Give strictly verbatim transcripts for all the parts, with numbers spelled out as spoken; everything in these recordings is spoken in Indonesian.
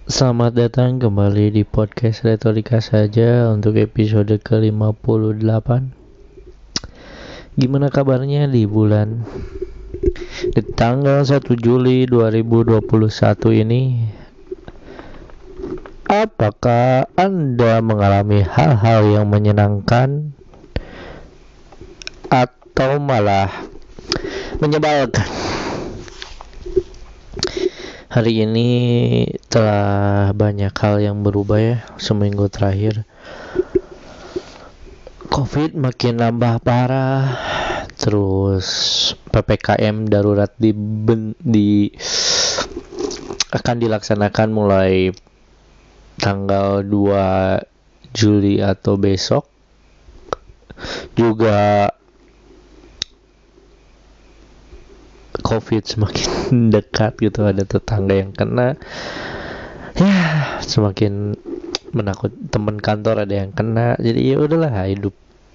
Selamat datang kembali di podcast Retorika Saja untuk episode ke lima puluh delapan. Gimana kabarnya di bulan di tanggal satu Juli dua ribu dua puluh satu ini? Apakah Anda mengalami hal-hal yang menyenangkan atau malah menyebalkan? Hari ini telah banyak hal yang berubah ya seminggu terakhir. Covid makin nambah parah, terus P P K M darurat di, di akan dilaksanakan mulai tanggal dua Juli atau besok. Juga Covid semakin dekat gitu, ada tetangga yang kena, ya semakin menakut, teman kantor ada yang kena, jadi ya udahlah, hidup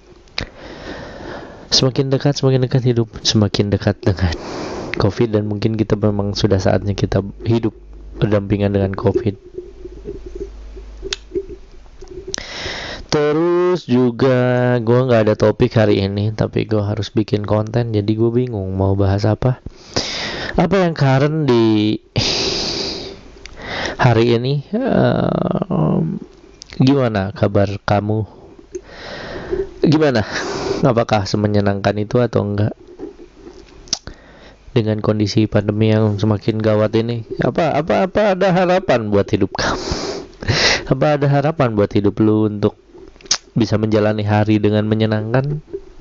semakin dekat semakin dekat hidup semakin dekat dengan Covid, dan mungkin kita memang sudah saatnya kita hidup berdampingan dengan Covid. Terus juga gue nggak ada topik hari ini, tapi gue harus bikin konten, jadi gue bingung mau bahas apa. Apa yang current di hari ini? Uh, gimana kabar kamu? Gimana? Apakah semenyenangkan itu atau enggak? Dengan kondisi pandemi yang semakin gawat ini, apa apa apa ada harapan buat hidup kamu? Apa ada harapan buat hidup lu untuk bisa menjalani hari dengan menyenangkan?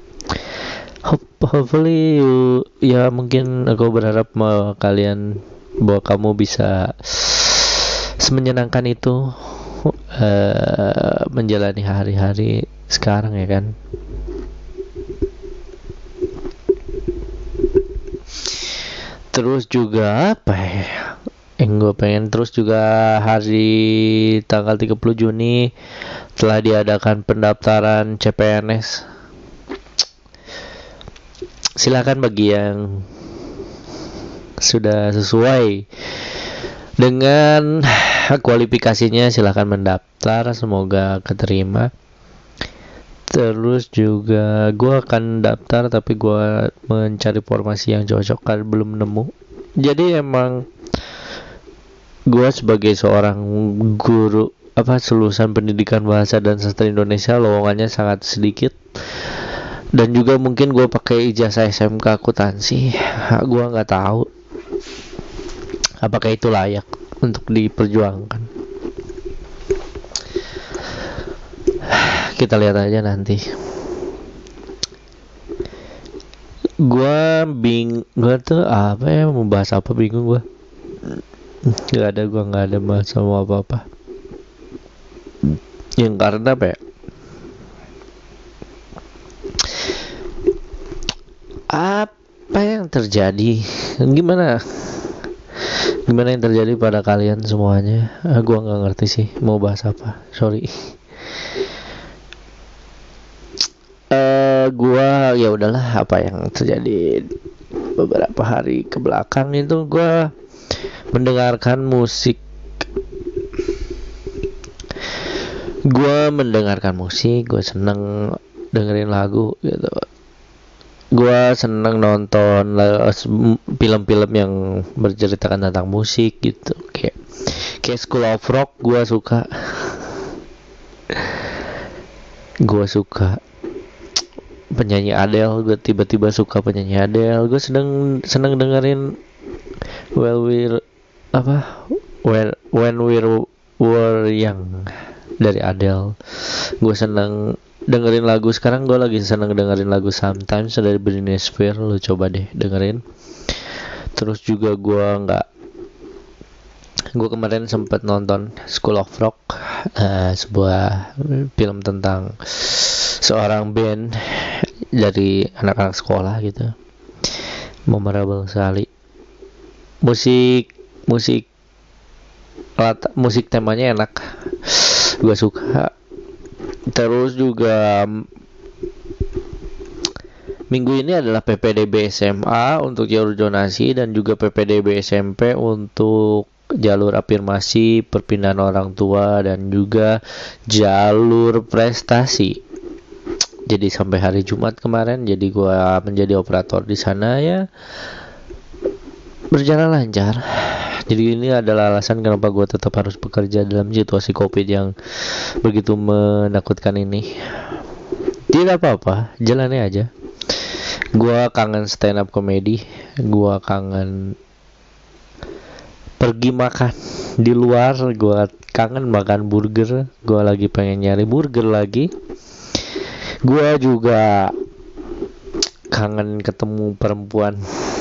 Hopefully you, ya mungkin aku berharap bahwa kalian bahwa kamu bisa semenyenangkan itu uh, menjalani hari-hari sekarang ya kan. Terus juga apa ya yang gue pengen, terus juga hari tanggal tiga puluh Juni telah diadakan pendaftaran C P N S. Silakan bagi yang sudah sesuai dengan kualifikasinya, silakan mendaftar, semoga keterima. Terus juga gue akan daftar, tapi gue mencari formasi yang cocok kan belum nemu. Jadi emang gue sebagai seorang guru apa lulusan pendidikan bahasa dan sastra Indonesia, lowongannya sangat sedikit, dan juga mungkin gue pakai ijazah S M K akuntansi. Gue nggak tahu apakah itu layak untuk diperjuangkan. Kita lihat aja nanti. Gue bing, gue tuh apa ya, mau bahas apa bingung gue. Gak ada, gue nggak ada bahas sama apa-apa. Yang karena apa ya? Apa yang terjadi? Gimana? Gimana yang terjadi pada kalian semuanya? Ah, gue nggak ngerti sih mau bahas apa. Sorry. Uh, gua ya udahlah, apa yang terjadi beberapa hari ke belakang itu gua mendengarkan musik. Gua mendengarkan musik, gua seneng dengerin lagu gitu. Gua seneng nonton film-film yang berceritakan tentang musik gitu, kayak kayak School of Rock. Gua suka. Gua suka penyanyi Adele, gue tiba-tiba suka penyanyi Adele. Gue seneng seneng dengerin Well We're apa When When We Were Young dari Adele. Gue seneng dengerin lagu, sekarang gue lagi seneng dengerin lagu Sometimes dari Britney Spears. Lo coba deh dengerin. Terus juga gue nggak gue kemarin sempat nonton School of Rock, uh, sebuah film tentang seorang band dari anak-anak sekolah gitu. Memorable sekali. Musik musik lata, musik temanya enak, gue suka. Terus juga minggu ini adalah P P D B S M A untuk jalur zonasi, dan juga P P D B S M P untuk jalur afirmasi, perpindahan orang tua, dan juga jalur prestasi. Jadi sampai hari Jumat kemarin, jadi gua menjadi operator di sana ya berjalan lancar. Jadi ini adalah alasan kenapa gua tetap harus bekerja dalam situasi COVID yang begitu menakutkan ini. Tidak apa-apa, jalani aja. Gua kangen stand up comedy, gua kangen pergi makan di luar, gua kangen makan burger, gua lagi pengen nyari burger lagi. Gua juga kangen ketemu perempuan.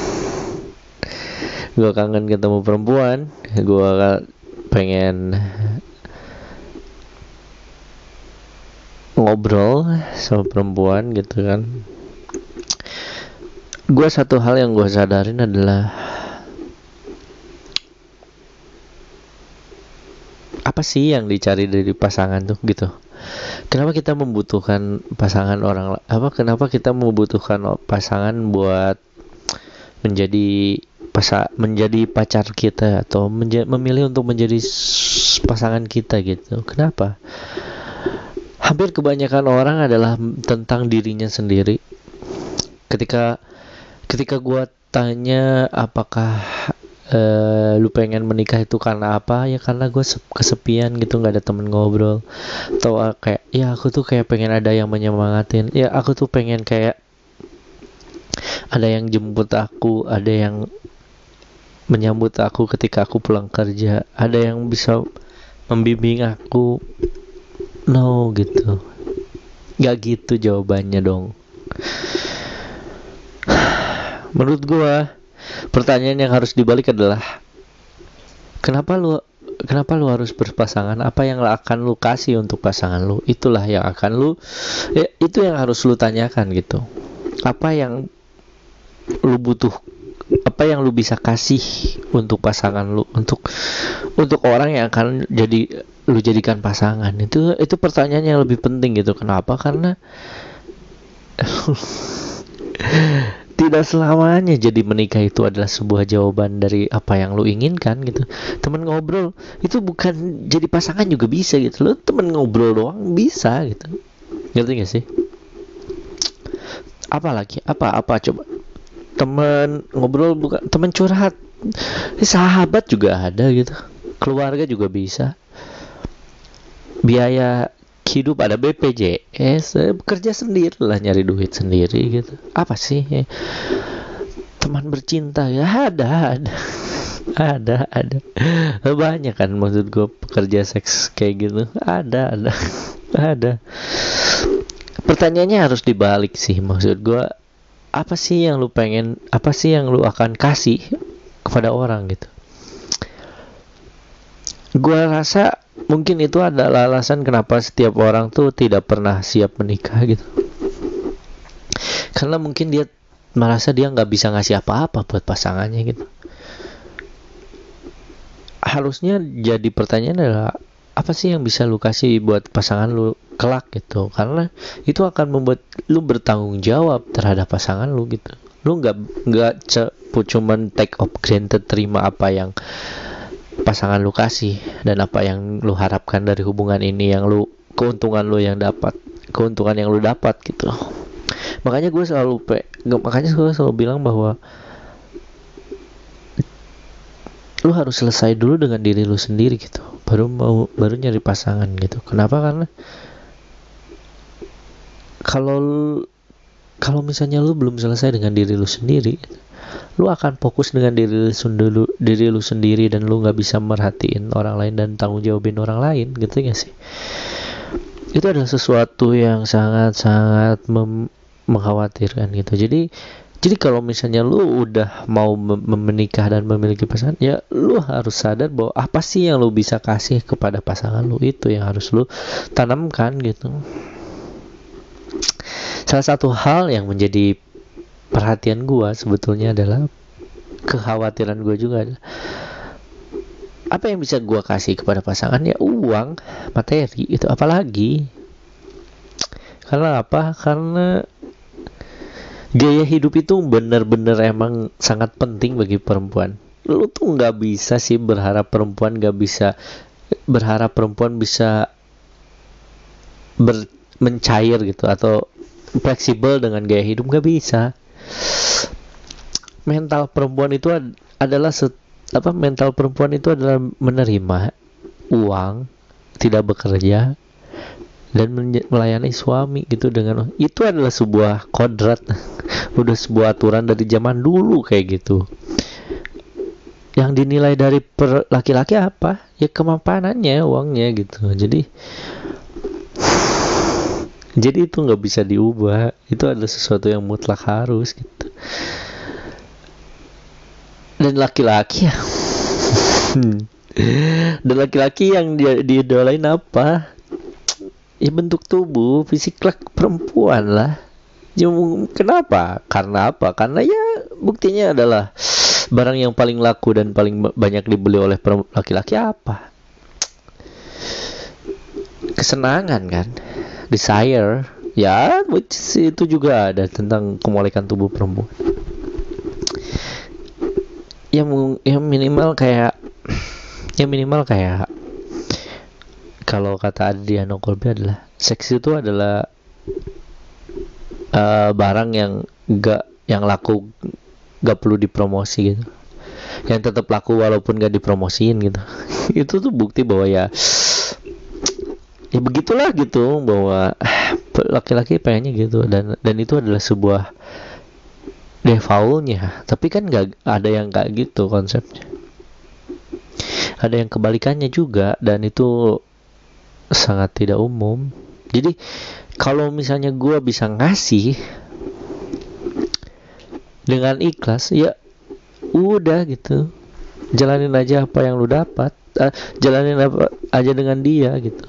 Gua kangen ketemu perempuan. Gua pengen ngobrol sama perempuan gitu kan. Gua satu hal yang gua sadarin adalah apa sih yang dicari dari pasangan tuh gitu. Kenapa kita membutuhkan pasangan orang apa kenapa kita membutuhkan pasangan buat menjadi pasa, menjadi pacar kita atau menja, memilih untuk menjadi pasangan kita gitu. Kenapa? Hampir kebanyakan orang adalah tentang dirinya sendiri. Ketika ketika gua tanya apakah Uh, lu pengen menikah itu karena apa, ya karena gue kesepian gitu, nggak ada temen ngobrol. Atau uh, kayak ya aku tuh kayak pengen ada yang menyemangatin, ya aku tuh pengen kayak ada yang jemput aku, ada yang menyambut aku ketika aku pulang kerja, ada yang bisa membimbing aku. No gitu, nggak gitu jawabannya dong. Menurut gue pertanyaan yang harus dibalik adalah kenapa lu kenapa lu harus berpasangan? Apa yang akan lu kasih untuk pasangan lu? Itulah yang akan lu ya, itu yang harus lu tanyakan gitu. Apa yang lu butuh? Apa yang lu bisa kasih untuk pasangan lu? Untuk untuk orang yang akan jadi lu jadikan pasangan. Itu itu pertanyaan yang lebih penting gitu. Kenapa? Karena tidak selamanya jadi menikah itu adalah sebuah jawaban dari apa yang lu inginkan gitu. Temen ngobrol itu bukan jadi pasangan juga bisa gitu. Lu temen ngobrol doang bisa gitu. Ngerti gak sih? Apa lagi? Apa apa coba? Temen ngobrol bukan temen curhat. Sahabat juga ada gitu. Keluarga juga bisa. Biaya hidup ada B P J S, bekerja sendiri lah, nyari duit sendiri gitu. Apa sih ya? Teman bercinta ya ada ada ada ada banyak kan, maksud gue pekerja seks kayak gitu ada ada ada. Pertanyaannya harus dibalik sih, maksud gue apa sih yang lu pengen, apa sih yang lu akan kasih kepada orang gitu. Gue rasa mungkin itu adalah alasan kenapa setiap orang tuh tidak pernah siap menikah gitu. Karena mungkin dia merasa dia nggak bisa ngasih apa-apa buat pasangannya gitu. Harusnya jadi pertanyaan adalah apa sih yang bisa lu kasih buat pasangan lu kelak gitu. Karena itu akan membuat lu bertanggung jawab terhadap pasangan lu gitu. Lu nggak nggak cuman take of granted, terima apa yang pasangan lu kasih dan apa yang lu harapkan dari hubungan ini, yang lu keuntungan lu yang dapat, keuntungan yang lu dapat gitu. Makanya gue selalu pe, makanya gue selalu bilang bahwa lu harus selesai dulu dengan diri lu sendiri gitu, baru mau baru nyari pasangan gitu. Kenapa? Karena kalau kalau misalnya lu belum selesai dengan diri lu sendiri, lu akan fokus dengan diri lu sendiri, diri lu sendiri dan lu nggak bisa merhatiin orang lain dan tanggung jawabin orang lain gitu gak sih? Itu adalah sesuatu yang sangat-sangat mem- mengkhawatirkan gitu. Jadi jadi kalau misalnya lu udah mau mem- menikah dan memiliki pasangan, ya lu harus sadar bahwa apa sih yang lu bisa kasih kepada pasangan lu, itu yang harus lu tanamkan gitu. Salah satu hal yang menjadi perhatian gue sebetulnya adalah kekhawatiran gue juga adalah apa yang bisa gue kasih kepada pasangan, ya uang, materi itu, apalagi karena apa? Karena gaya hidup itu benar-benar emang sangat penting bagi perempuan. lu tuh nggak bisa sih berharap perempuan nggak bisa berharap perempuan bisa ber, mencair gitu atau fleksibel dengan gaya hidup, nggak bisa. Mental perempuan itu ad, adalah set, apa mental perempuan itu adalah menerima uang, tidak bekerja dan melayani suami gitu. Dengan itu adalah sebuah kodrat udah sebuah aturan dari zaman dulu kayak gitu. Yang dinilai dari per laki-laki apa ya, kemampanannya, uangnya gitu. Jadi jadi itu nggak bisa diubah, itu adalah sesuatu yang mutlak harus gitu. Dan laki-laki ya dan laki-laki yang dia diidolain apa ya, bentuk tubuh, fisik perempuan lah. Ya, kenapa? Karena apa? Karena ya buktinya adalah barang yang paling laku dan paling banyak dibeli oleh laki-laki apa? Kesenangan kan? Desire. Ya, which itu juga ada tentang kemolekan tubuh perempuan. Ya, ya minimal kayak ya minimal kayak kalau kata Adriano Colby adalah seks itu adalah uh, barang yang gak yang laku gak perlu dipromosi gitu, yang tetap laku walaupun gak dipromosiin gitu. Itu tuh bukti bahwa ya ya begitulah gitu, bahwa laki-laki pengennya gitu, dan dan itu adalah sebuah defaultnya. Tapi kan gak ada yang gak gitu konsepnya, ada yang kebalikannya juga, dan itu sangat tidak umum. Jadi kalau misalnya gue bisa ngasih dengan ikhlas, ya udah gitu, jalanin aja apa yang lu dapat, uh, jalanin apa aja dengan dia gitu.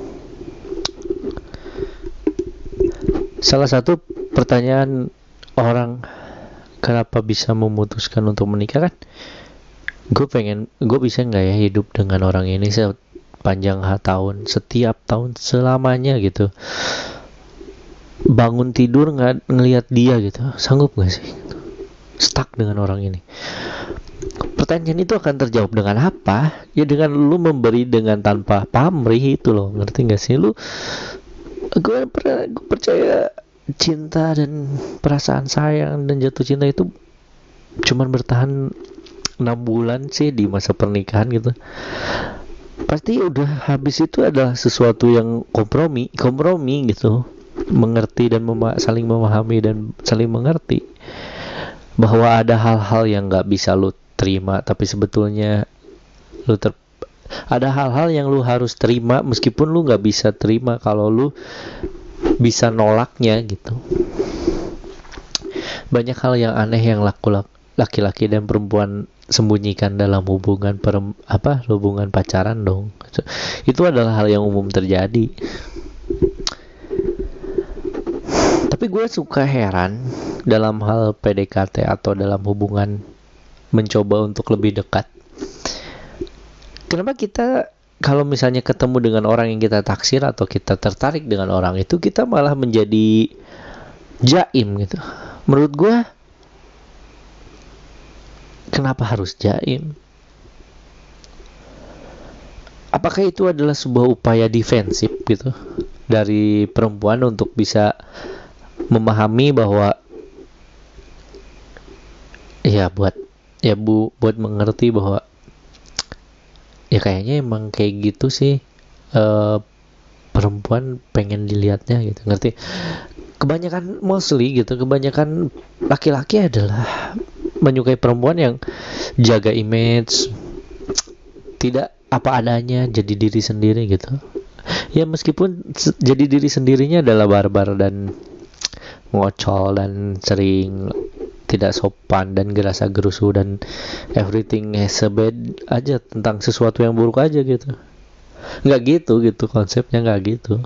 Salah satu pertanyaan orang kenapa bisa memutuskan untuk menikah kan, gue pengen, gue bisa nggak ya hidup dengan orang ini sepanjang tahun, setiap tahun, selamanya gitu, bangun tidur nggak ngelihat dia gitu, sanggup nggak sih gitu, stuck dengan orang ini? Pertanyaan itu akan terjawab dengan apa? Ya dengan lu memberi dengan tanpa pamrih itu loh, ngerti nggak sih lu? Gue, gue percaya cinta dan perasaan sayang dan jatuh cinta itu cuman bertahan enam bulan sih di masa pernikahan gitu. Pasti udah habis itu adalah sesuatu yang kompromi, kompromi gitu, mengerti dan mema- saling memahami dan saling mengerti bahwa ada hal-hal yang nggak bisa lu terima, tapi sebetulnya lu ter ada hal-hal yang lu harus terima meskipun lu nggak bisa terima kalau lu bisa nolaknya gitu. Banyak hal yang aneh yang laku laki-laki dan perempuan sembunyikan dalam hubungan per, apa hubungan pacaran dong. Itu adalah hal yang umum terjadi. Tapi gue suka heran dalam hal P D K T atau dalam hubungan mencoba untuk lebih dekat. Kenapa kita kalau misalnya ketemu dengan orang yang kita taksir atau kita tertarik dengan orang itu, kita malah menjadi jaim gitu? Menurut gue, kenapa harus jaim? Apakah itu adalah sebuah upaya defensif gitu dari perempuan untuk bisa memahami bahwa ya buat ya bu buat mengerti bahwa ya kayaknya emang kayak gitu sih, uh, perempuan pengen dilihatnya gitu, ngerti? Kebanyakan mostly gitu, kebanyakan laki-laki adalah menyukai perempuan yang jaga image, tidak apa adanya, jadi diri sendiri gitu. Ya meskipun jadi diri sendirinya adalah barbar dan ngocol dan sering tidak sopan dan gerasa gerusu dan everything has a bad aja, tentang sesuatu yang buruk aja gitu. Nggak gitu gitu konsepnya, nggak gitu.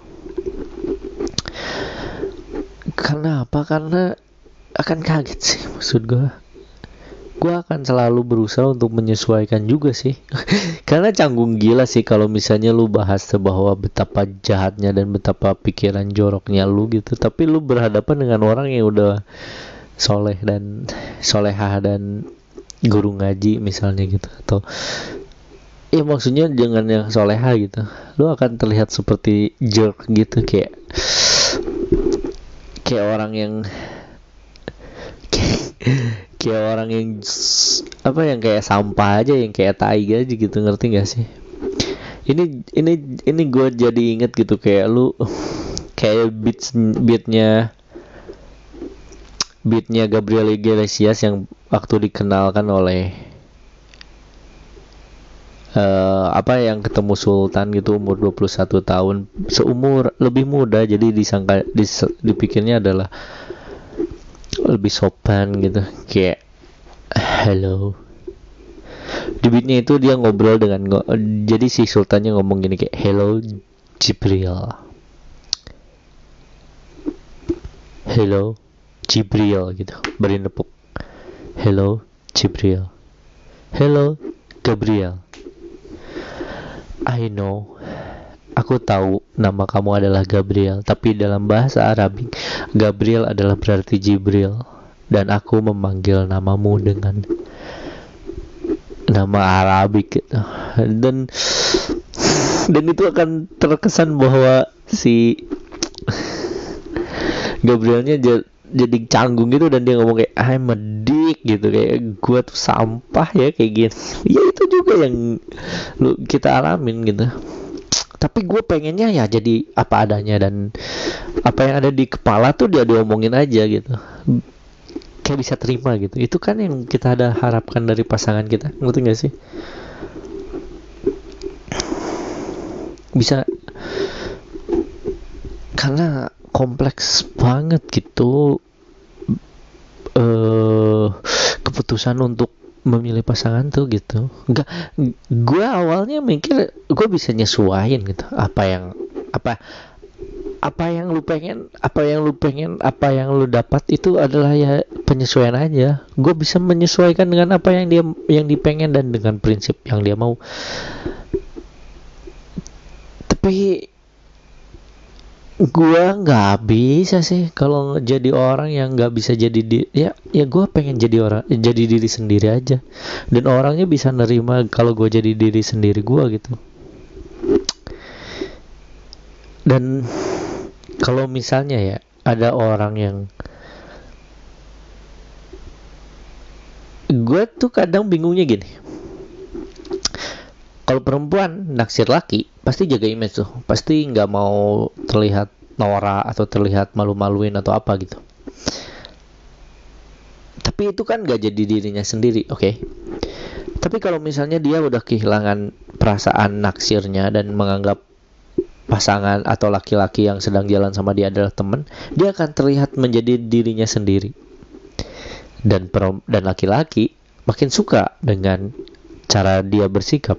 Karena apa? Karena akan kaget sih, maksud gue. Gue akan selalu berusaha untuk menyesuaikan juga sih. Karena canggung gila sih kalau misalnya lu bahas bahwa betapa jahatnya dan betapa pikiran joroknya lu gitu, tapi lu berhadapan dengan orang yang udah soleh dan solehah dan guru ngaji misalnya gitu, atau ya maksudnya jangan yang soleha gitu, lu akan terlihat seperti jerk gitu, kayak kayak orang yang kayak, kayak orang yang apa yang kayak sampah aja, yang kayak tai aja gitu, ngerti gak sih? Ini ini ini gue jadi inget gitu, kayak lu kayak beats beatnya beatnya Gabriel Iglesias yang waktu dikenalkan oleh uh, apa yang ketemu Sultan gitu umur dua puluh satu tahun, seumur lebih muda, jadi disangka dis, dipikirnya adalah lebih sopan gitu, kayak hello. Di beatnya itu dia ngobrol dengan ngo- jadi si Sultannya ngomong gini kayak hello Jibril, hello Jibril gitu, beri nepuk, hello Jibril, hello Gabriel, I know, aku tahu nama kamu adalah Gabriel, tapi dalam bahasa Arabik Gabriel adalah berarti Jibril, dan aku memanggil namamu dengan nama Arabik gitu. dan dan itu akan terkesan bahwa si Gabrielnya j- jadi canggung gitu, dan dia ngomong kayak I'm a dick gitu, kayak gue tuh sampah ya kayak gini. Ya itu juga yang lu kita alamin gitu, tapi gue pengennya ya jadi apa adanya, dan apa yang ada di kepala tuh dia diomongin aja gitu, kayak bisa terima gitu. Itu kan yang kita ada harapkan dari pasangan kita, ngerti gak sih? Bisa, karena kompleks banget gitu eh keputusan untuk memilih pasangan tuh gitu. Enggak, gue awalnya mikir gue bisa nyesuaiin gitu, apa yang apa apa yang lu pengen, apa yang lu pengen, apa yang lu dapat itu adalah ya penyesuaian aja. Gue bisa menyesuaikan dengan apa yang dia yang dipengen dan dengan prinsip yang dia mau. Tapi gue nggak bisa sih kalau jadi orang yang nggak bisa jadi di, ya ya gue pengen jadi orang, jadi diri sendiri aja, dan orangnya bisa nerima kalau gue jadi diri sendiri gue gitu. Dan kalau misalnya ya ada orang yang, gue tuh kadang bingungnya gini, kalau perempuan naksir laki pasti jaga image tuh, pasti nggak mau terlihat norak atau terlihat malu-maluin atau apa gitu. Tapi itu kan nggak jadi dirinya sendiri, oke? Okay? Tapi kalau misalnya dia udah kehilangan perasaan naksirnya dan menganggap pasangan atau laki-laki yang sedang jalan sama dia adalah teman, dia akan terlihat menjadi dirinya sendiri. Dan perom- dan laki-laki makin suka dengan cara dia bersikap.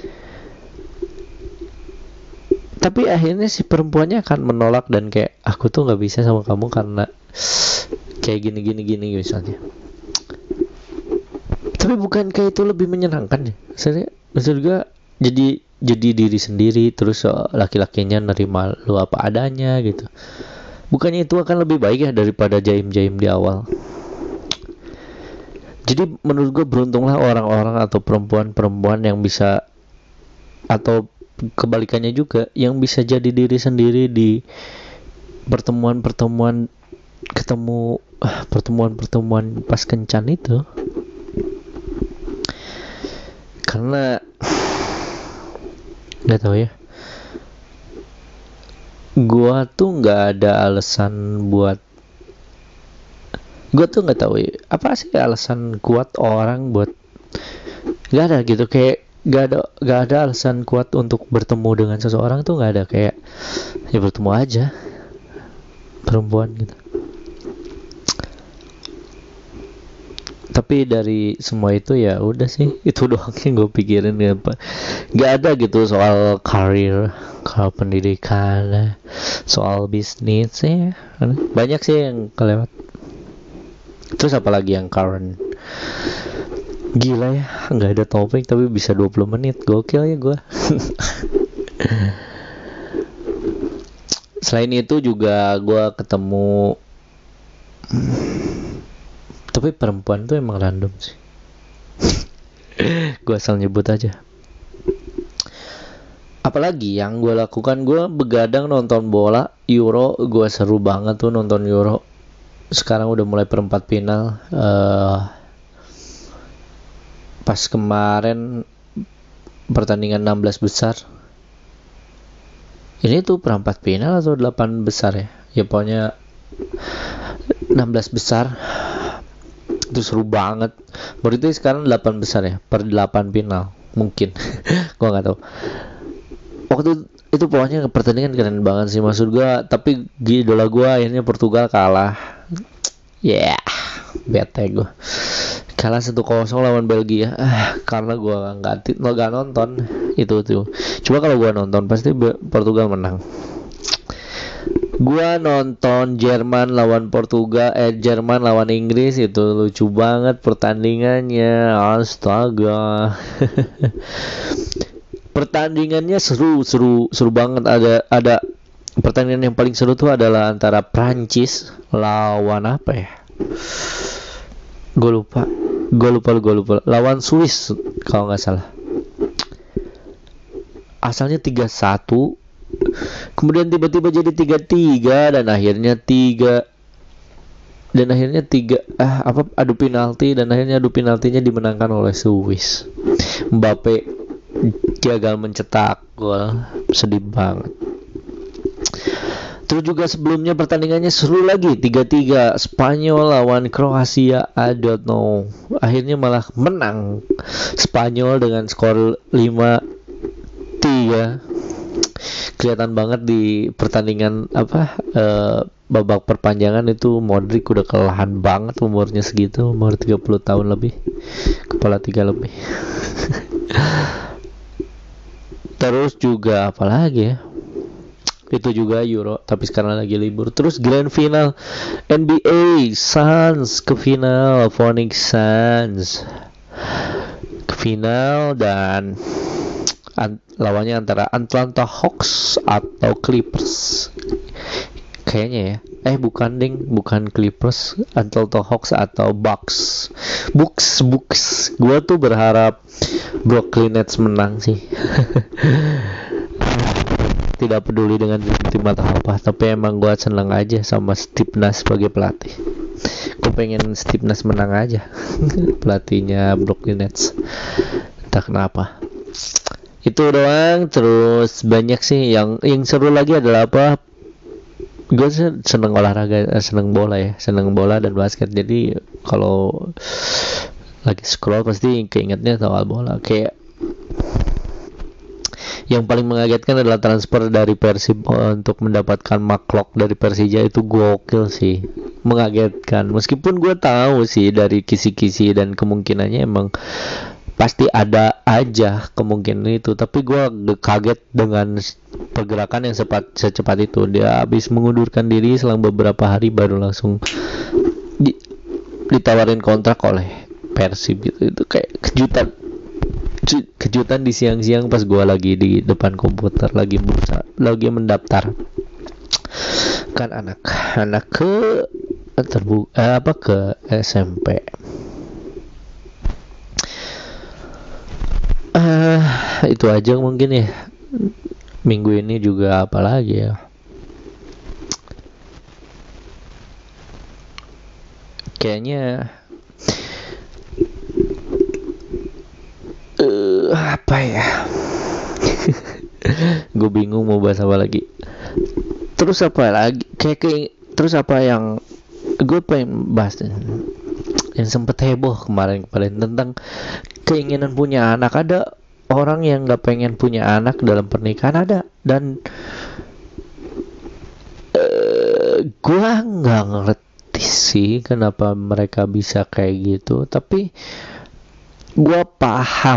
Tapi akhirnya si perempuannya akan menolak dan kayak aku tuh nggak bisa sama kamu karena kayak gini gini gini misalnya. Tapi bukankah itu lebih menyenangkan ya? Saya maksud gue jadi jadi diri sendiri, terus laki-lakinya nerima lu apa adanya gitu. Bukannya itu akan lebih baik ya daripada jaim-jaim di awal? Jadi menurut gue beruntunglah orang-orang atau perempuan-perempuan yang bisa, atau kebalikannya juga, yang bisa jadi diri sendiri di pertemuan-pertemuan, ketemu pertemuan-pertemuan pas kencan itu. Karena nggak tahu ya, gua tuh nggak ada alasan buat, gua tuh nggak tahu ya, apa sih alasan kuat orang buat, nggak ada gitu, kayak nggak ada nggak ada alasan kuat untuk bertemu dengan seseorang tuh, nggak ada, kayak ya bertemu aja perempuan gitu. Tapi dari semua itu ya udah sih, itu doang yang gue pikirin ya, Pak. Gak ada gitu soal karir, soal pendidikan, soal bisnis ya. Banyak sih yang kelewat. Terus apalagi yang current. Gila ya, nggak ada topik tapi bisa dua puluh menit, gokil ya gue. Selain itu juga gue ketemu, tapi perempuan tuh emang random sih. Gue asal nyebut aja. Apalagi yang gue lakukan, gue begadang nonton bola Euro. Gue seru banget tuh nonton Euro. Sekarang udah mulai perempat final. uh, Pas kemarin pertandingan enam belas besar. Ini tuh perempat final atau delapan besar ya? Ya pokoknya enam belas besar. Itu seru banget. Berarti sekarang delapan besar ya, per delapan final mungkin. Gua nggak tahu. Waktu itu pokoknya pertandingan keren banget sih, maksud gua. Tapi idola gua akhirnya Portugal kalah. Ya, yeah, bete gua. Kalah satu kosong lawan Belgia. Ah, karena gua nggak nggak nonton itu tuh. Coba kalau gua nonton pasti Portugal menang. Gua nonton Jerman lawan Portugal, eh Jerman lawan Inggris, itu lucu banget pertandingannya. Astaga. Pertandingannya seru, seru, seru banget. Ada ada pertandingan yang paling seru tuh adalah antara Prancis lawan apa ya? Gue lupa. Gue lupa, gue lupa. Lawan Swiss kalau nggak salah. Asalnya tiga satu. Kemudian tiba-tiba jadi tiga tiga dan akhirnya tiga dan akhirnya tiga ah apa adu penalti dan akhirnya adu penaltinya dimenangkan oleh Swiss. Mbappe gagal mencetak gol, sedih banget. Terus juga sebelumnya pertandingannya seru lagi, tiga tiga Spanyol lawan Kroasia. I don't know. Akhirnya malah menang Spanyol dengan skor lima tiga. Kelihatan banget di pertandingan apa uh, babak perpanjangan itu Modric udah kelelahan banget, umurnya segitu, umur tiga puluh tahun lebih, kepala tiga lebih. Terus juga apa lagi ya, itu juga Euro tapi sekarang lagi libur. Terus grand final N B A, Suns ke final, Phoenix Suns ke final dan An- lawannya antara Atlanta Hawks atau Clippers kayaknya ya. Eh bukan ding, bukan Clippers, Atlanta Hawks atau Bucks. Bucks, Bucks. Gua tuh berharap Brooklyn Nets menang sih. Tidak peduli dengan tim atau apa, tapi emang gua seneng aja sama Steve Nash sebagai pelatih. Gua pengen Steve Nash menang aja. Pelatihnya Brooklyn Nets. Entah kenapa. Itu doang. Terus banyak sih yang yang seru lagi adalah apa, gue seneng olahraga, seneng bola ya, seneng bola dan basket. Jadi kalau lagi scroll pasti keingetnya soal bola. Kayak yang paling mengagetkan adalah transfer dari Persib untuk mendapatkan Maklok dari Persija. Itu gokil sih, mengagetkan. Meskipun gue tahu sih dari kisi-kisi dan kemungkinannya emang pasti ada aja kemungkinan itu, tapi gue kaget dengan pergerakan yang cepat secepat itu. Dia habis mengundurkan diri selang beberapa hari baru langsung di, ditawarin kontrak oleh Persib gitu. Itu kayak kejutan kejutan di siang-siang pas gue lagi di depan komputer lagi bursa, lagi mendaftar kan anak anak ke terbu eh, apa ke S M P. Uh, itu aja mungkin ya. Minggu ini juga apa lagi ya, kayaknya uh, apa ya. Gue bingung mau bahas apa lagi. Terus apa lagi kayak, kayak terus apa yang gue pengen bahas yang sempet heboh kemarin kemarin tentang keinginan punya anak. Ada orang yang nggak pengen punya anak dalam pernikahan, ada. Dan uh, gua nggak ngerti sih kenapa mereka bisa kayak gitu, tapi gua paham.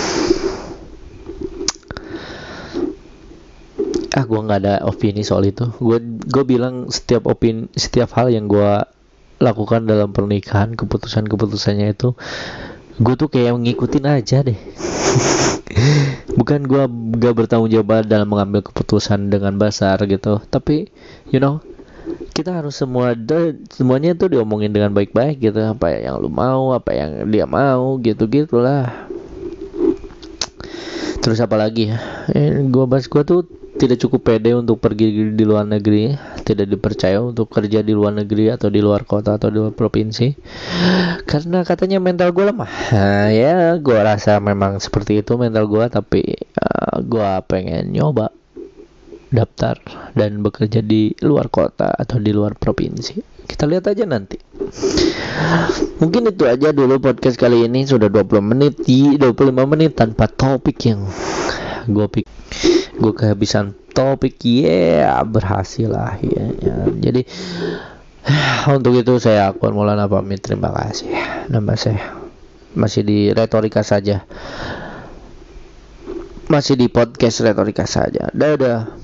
Ah gua nggak ada opini soal itu. Gua gua bilang setiap opini, setiap hal yang gua lakukan dalam pernikahan, keputusan-keputusannya itu gue tuh kayak ngikutin aja deh. Bukan gue gak bertanggung jawab dalam mengambil keputusan dengan besar gitu, tapi you know kita harus semua de, semuanya tuh diomongin dengan baik-baik gitu, apa yang lu mau, apa yang dia mau, gitu gitulah. Terus apa lagi ya, eh, gua bahas gua tuh tidak cukup pede untuk pergi di luar negeri, tidak dipercaya untuk kerja di luar negeri atau di luar kota atau di luar provinsi karena katanya mental gue lemah. Nah, ya gue rasa memang seperti itu mental gue, tapi uh, gue pengen nyoba daftar dan bekerja di luar kota atau di luar provinsi. Kita lihat aja nanti. Mungkin itu aja dulu podcast kali ini, sudah dua puluh menit, dua puluh lima menit tanpa topik yang gue pikir. Gue kehabisan topik, ya yeah, berhasil lah ya, ya. Jadi untuk itu saya Akbar Maulana pamit, terima kasih. Nama saya masih di retorika saja, masih di podcast retorika saja. Dadah.